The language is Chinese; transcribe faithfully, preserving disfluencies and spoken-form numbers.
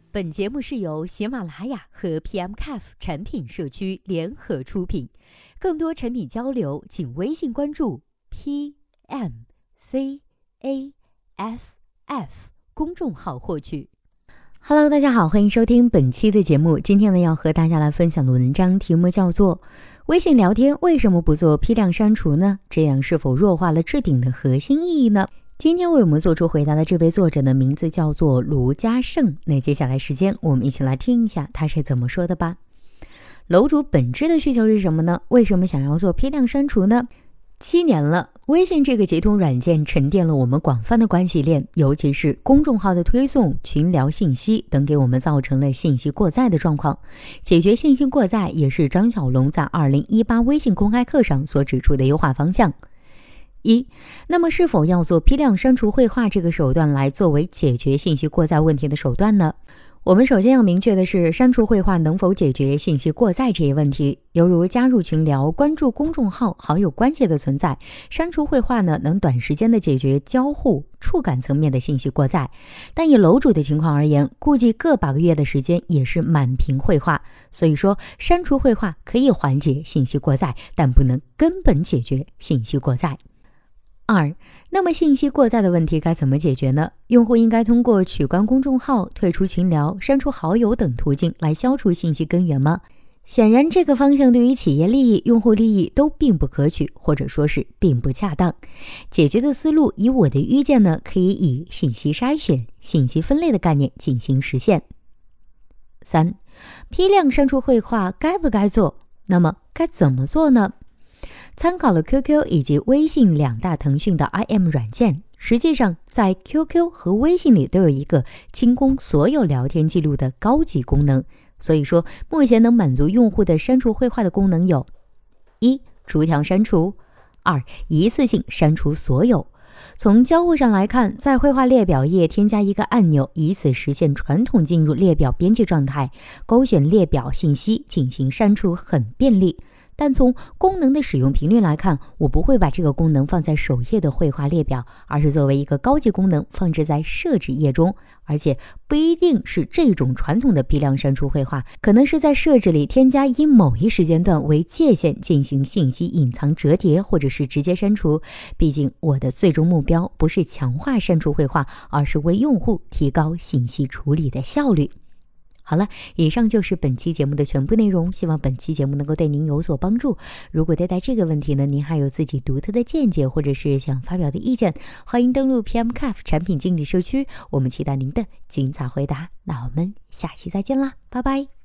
本节目是由喜马拉雅和 P M C A F 产品社区联合出品，更多产品交流，请微信关注 P M C A F F 公众号获取。Hello， 大家好，欢迎收听本期的节目。今天呢，要和大家来分享的文章题目叫做微信聊天为什么不做批量删除呢？这样是否弱化了置顶的核心意义呢？今天为我们做出回答的这位作者的名字叫做卢家胜。那接下来时间我们一起来听一下他是怎么说的吧。楼主本质的需求是什么呢？为什么想要做批量删除呢？七年了，微信这个截图软件沉淀了我们广泛的关系链，尤其是公众号的推送、群聊信息等，给我们造成了信息过载的状况。解决信息过载也是张小龙在二零一八微信公开课上所指出的优化方向。一，那么是否要做批量删除绘画这个手段来作为解决信息过载问题的手段呢？我们首先要明确的是，删除绘画能否解决信息过载这一问题，犹如加入群聊、关注公众号、好友关系的存在，删除绘画呢，能短时间的解决交互、触感层面的信息过载，但以楼主的情况而言，估计个把个月的时间也是满屏绘画，所以说删除绘画可以缓解信息过载，但不能根本解决信息过载。二，那么信息过载的问题该怎么解决呢？用户应该通过取关公众号、退出群聊、删除好友等途径来消除信息根源吗？显然这个方向对于企业利益、用户利益都并不可取，或者说是并不恰当。解决的思路，以我的预见呢，可以以信息筛选、信息分类的概念进行实现。三，批量删除绘画该不该做？那么该怎么做呢？参考了 Q Q 以及微信两大腾讯的 I M 软件，实际上在 Q Q 和微信里都有一个清空所有聊天记录的高级功能，所以说目前能满足用户的删除绘画的功能有：一、逐条删除；二、一次性删除所有。从交互上来看，在绘画列表页添加一个按钮，以此实现传统进入列表编辑状态，勾选列表信息进行删除很便利。但从功能的使用频率来看，我不会把这个功能放在首页的绘画列表，而是作为一个高级功能放置在设置页中，而且不一定是这种传统的批量删除绘画，可能是在设置里添加以某一时间段为界限进行信息隐藏折叠，或者是直接删除。毕竟我的最终目标不是强化删除绘画，而是为用户提高信息处理的效率。好了，以上就是本期节目的全部内容，希望本期节目能够对您有所帮助。如果对待这个问题呢，您还有自己独特的见解，或者是想发表的意见，欢迎登录 P M C A F 产品经理社区，我们期待您的精彩回答。那我们下期再见啦，拜拜。